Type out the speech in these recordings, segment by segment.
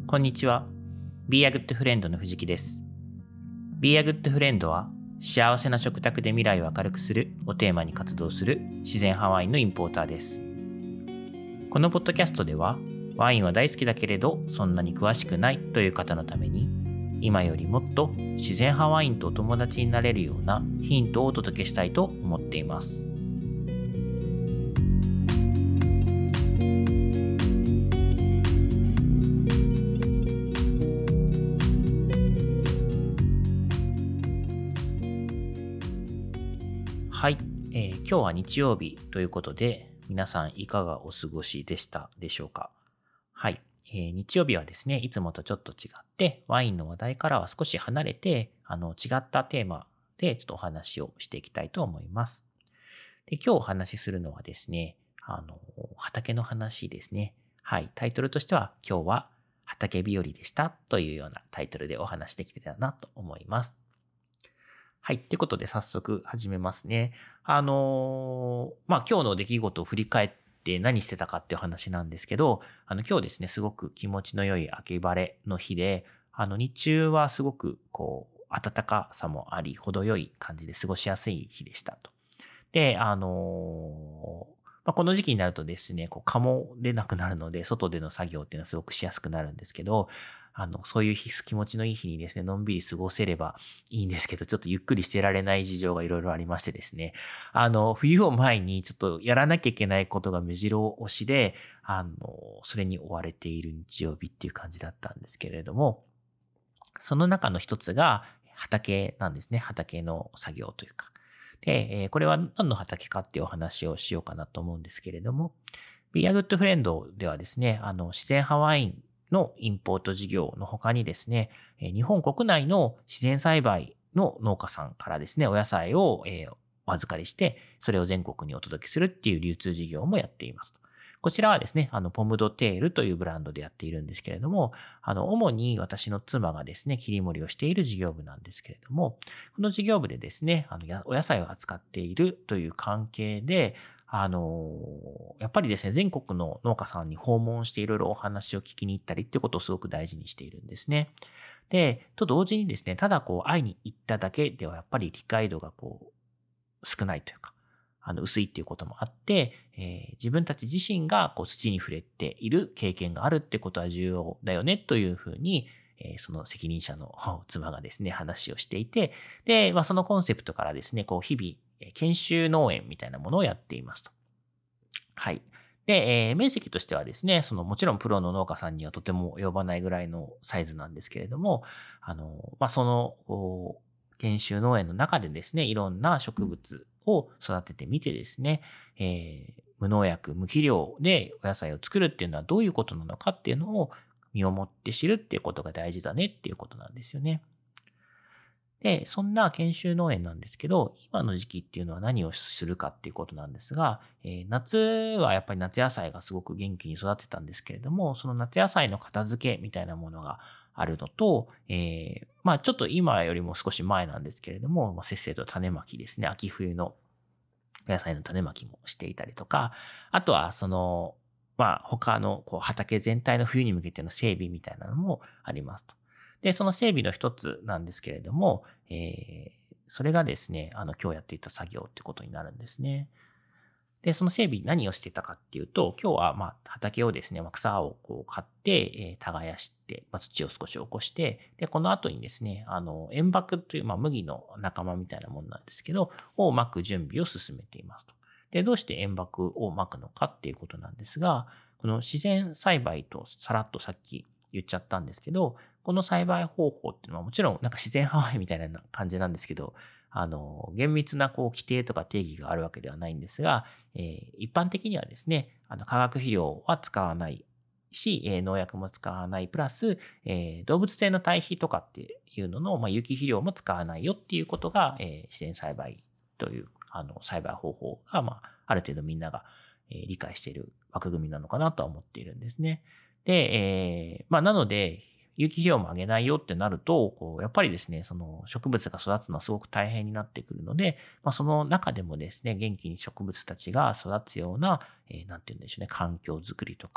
こんにちは。Be a Good Friend の藤木です。Be a Good Friend は幸せな食卓で未来を明るくするをテーマに活動する自然派ワインのインポーターです。このポッドキャストではワインは大好きだけれどそんなに詳しくないという方のために今よりもっと自然派ワインとお友達になれるようなヒントをお届けしたいと思っています。はい、今日は日曜日ということで皆さんいかがお過ごしでしたでしょうか。はい、日曜日はですねいつもとちょっと違ってワインの話題からは少し離れて違ったテーマでちょっとお話をしていきたいと思います。で今日お話しするのはですね畑の話ですね。はい、タイトルとしては今日は畑日和でしたというようなタイトルでお話できてたらなと思います。はい。ということで早速始めますね。今日の出来事を振り返って何してたかっていう話なんですけど、今日ですね、すごく気持ちの良い秋晴れの日で、日中はすごく暖かさもあり、程よい感じで過ごしやすい日でしたと。で、この時期になるとですね、蚊も出なくなるので、外での作業っていうのはすごくしやすくなるんですけど、そういう気持ちのいい日にですね、のんびり過ごせればいいんですけど、ちょっとゆっくりしてられない事情がいろいろありましてですね、冬を前にちょっとやらなきゃいけないことが目白押しで、それに追われている日曜日っていう感じだったんですけれども、その中の一つが畑なんですね。畑の作業というか。で、これは何の畑かっていうお話をしようかなと思うんですけれども、Be a Good Friend ではですね、自然派ワインのインポート事業の他にですね、日本国内の自然栽培の農家さんからですね、お野菜をお預かりして、それを全国にお届けするっていう流通事業もやっていますと。こちらはですね、ポムドテールというブランドでやっているんですけれども、主に私の妻がですね、切り盛りをしている事業部なんですけれども、この事業部でですね、お野菜を扱っているという関係で、やっぱりですね、全国の農家さんに訪問していろいろお話を聞きに行ったりっていうことをすごく大事にしているんですね。で、と同時にですね、ただ会いに行っただけではやっぱり理解度が少ないというか、薄いっていうこともあって、自分たち自身が土に触れている経験があるってことは重要だよねというふうに、その責任者の妻がですね、話をしていて、で、そのコンセプトからですね、日々、研修農園みたいなものをやっていますと。はい。で、面積としてはですね、もちろんプロの農家さんにはとても及ばないぐらいのサイズなんですけれども、研修農園の中でですね、いろんな植物を育ててみてですね、無農薬、無肥料でお野菜を作るっていうのはどういうことなのかっていうのを身をもって知るっていうことが大事だねっていうことなんですよね。で、そんな研修農園なんですけど、今の時期っていうのは何をするかっていうことなんですが、夏はやっぱり夏野菜がすごく元気に育ってたんですけれども、その夏野菜の片付けみたいなものがあるのと、ちょっと今よりも少し前なんですけれども、せっせと種まきですね、秋冬の野菜の種まきもしていたりとか、あとは他の畑全体の冬に向けての整備みたいなのもありますと。で、その整備の一つなんですけれども、それがですね、今日やっていた作業ってことになるんですね。で、その整備何をしていたかっていうと、今日は畑をですね、草を刈って、耕して、土を少し起こして、で、この後にですね、塩麦という、麦の仲間みたいなものなんですけど、をまく準備を進めていますと。で、どうして塩麦をまくのかっていうことなんですが、この自然栽培とさらっとさっき言っちゃったんですけど、この栽培方法っていうのはもちろんなんか自然派みたいな感じなんですけど、厳密な規定とか定義があるわけではないんですが、一般的にはですね、化学肥料は使わないし、農薬も使わない、プラス、動物性の堆肥とかっていうのの、有機肥料も使わないよっていうことが、自然栽培という栽培方法が、ある程度みんなが、理解している枠組みなのかなとは思っているんですね。で、なので、有機肥料もあげないよってなると、やっぱりですね、その植物が育つのはすごく大変になってくるので、その中でもですね、元気に植物たちが育つような、なんて言うんでしょうね、環境づくりとか、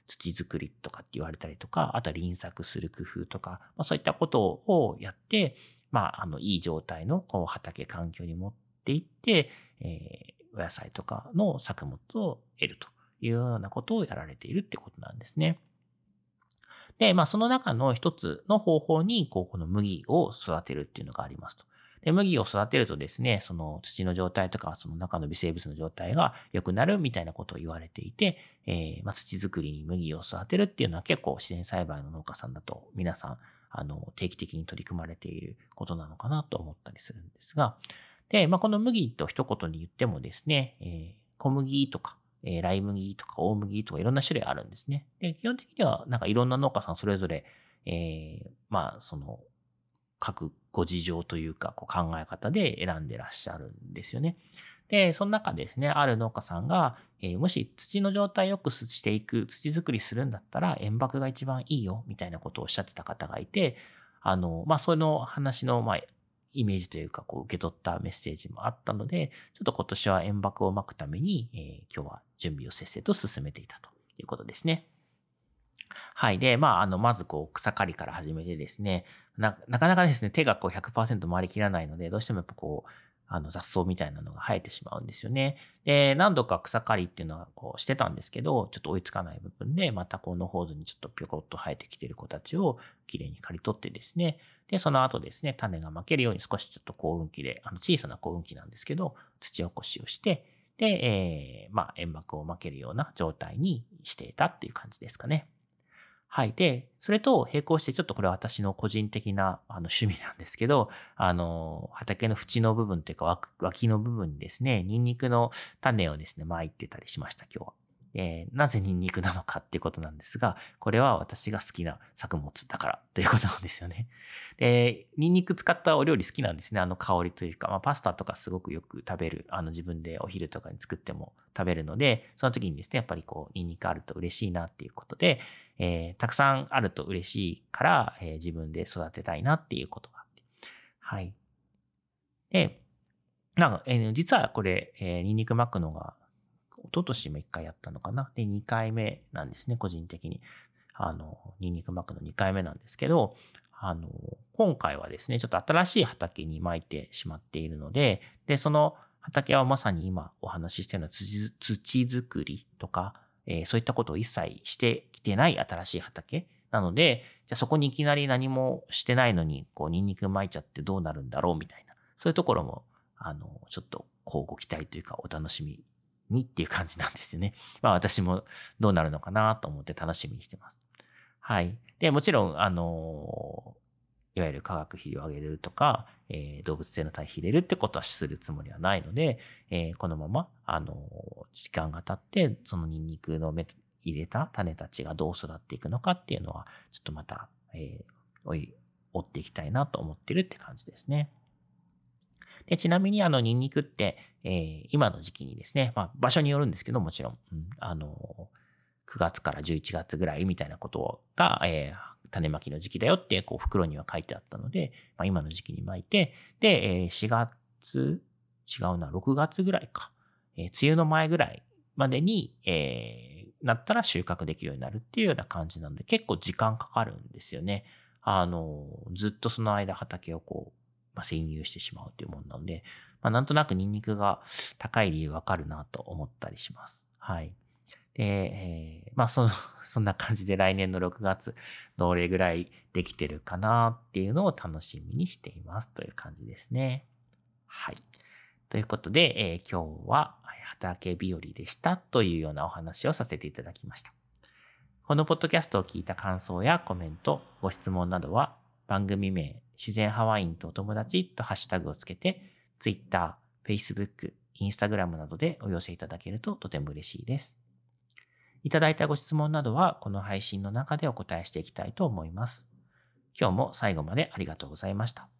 土作りとかって言われたりとか、あとは輪作する工夫とか、そういったことをやって、いい状態のこう畑環境に持っていって、お野菜とかの作物を得るというようなことをやられているってことなんですね。で、その中の一つの方法に、この麦を育てるっていうのがありますと。で、麦を育てるとですね、その土の状態とか、その中の微生物の状態が良くなるみたいなことを言われていて、土作りに麦を育てるっていうのは結構自然栽培の農家さんだと皆さん、定期的に取り組まれていることなのかなと思ったりするんですが、で、この麦と一言に言ってもですね、小麦とか、ライ麦とか大麦とかいろんな種類あるんですね。で、基本的にはなんかいろんな農家さんそれぞれ、その各ご事情というか、こう考え方で選んでらっしゃるんですよね。で、その中ですね、ある農家さんが、もし土の状態を良くしていく、土作りするんだったら塩爆が一番いいよ、みたいなことをおっしゃってた方がいて、その話の、イメージというか、こう受け取ったメッセージもあったので、ちょっと今年は塩爆をまくために、今日は準備をせっせと進めていたということですね。はい。で、まず草刈りから始めてですね、なかなかですね、手が100% 回りきらないので、どうしてもやっぱ雑草みたいなのが生えてしまうんですよね。で、何度か草刈りっていうのはしてたんですけど、ちょっと追いつかない部分で、また野放図にちょっとぴょこっと生えてきてる子たちをきれいに刈り取ってですね、で、その後ですね、種がまけるように少しちょっと耕運機で、小さな耕運機なんですけど、土起こしをして、で、塩爆をまけるような状態にしていたっていう感じですかね。はい。で、それと並行して、ちょっとこれは私の個人的な趣味なんですけど、畑の縁の部分というか脇の部分にですね、ニンニクの種をですね、撒いてたりしました、今日は。なぜニンニクなのかっていうことなんですが、これは私が好きな作物だからということなんですよね。で、ニンニク使ったお料理好きなんですね。香りというか、パスタとかすごくよく食べる。自分でお昼とかに作っても食べるので、その時にですね、やっぱりニンニクあると嬉しいなっていうことで、たくさんあると嬉しいから、自分で育てたいなっていうことがあって。はい。で、実はこれ、ニンニク巻くのが、一昨年も1回やったのかな。で、2回目なんですね、個人的に。ニンニク巻くの2回目なんですけど、今回はですね、ちょっと新しい畑に巻いてしまっているので、で、その畑はまさに今お話ししているのは土作りとか、そういったことを一切してきてない新しい畑なので、じゃあそこにいきなり何もしてないのに、ニンニク巻いちゃってどうなるんだろうみたいな、そういうところも、ちょっとご期待というかお楽しみにっていう感じなんですよね。私もどうなるのかなと思って楽しみにしてます。はい。で、もちろん、いわゆる化学肥料を上げるとか、動物性の堆肥入れるってことはするつもりはないので、このまま、時間が経って、そのニンニクの入れた種たちがどう育っていくのかっていうのは、ちょっとまた、追っていきたいなと思ってるって感じですね。で、ちなみにニンニクって、今の時期にですね、場所によるんですけど、もちろん、9月から11月ぐらいみたいなことが、種まきの時期だよって袋には書いてあったので、今の時期に巻いて、で、4月、違うな、6月ぐらいか、梅雨の前ぐらいまでに、なったら収穫できるようになるっていうような感じなので、結構時間かかるんですよね。ずっとその間畑を占有してしまうというものなので、なんとなくニンニクが高い理由わかるなと思ったりします。はい。で、そんな感じで来年の6月、どれぐらいできてるかなっていうのを楽しみにしていますという感じですね。はい。ということで、今日は畑日和でしたというようなお話をさせていただきました。このポッドキャストを聞いた感想やコメント、ご質問などは番組名、自然派ワインとお友達とハッシュタグをつけて、Twitter、Facebook、Instagram などでお寄せいただけるととても嬉しいです。いただいたご質問などはこの配信の中でお答えしていきたいと思います。今日も最後までありがとうございました。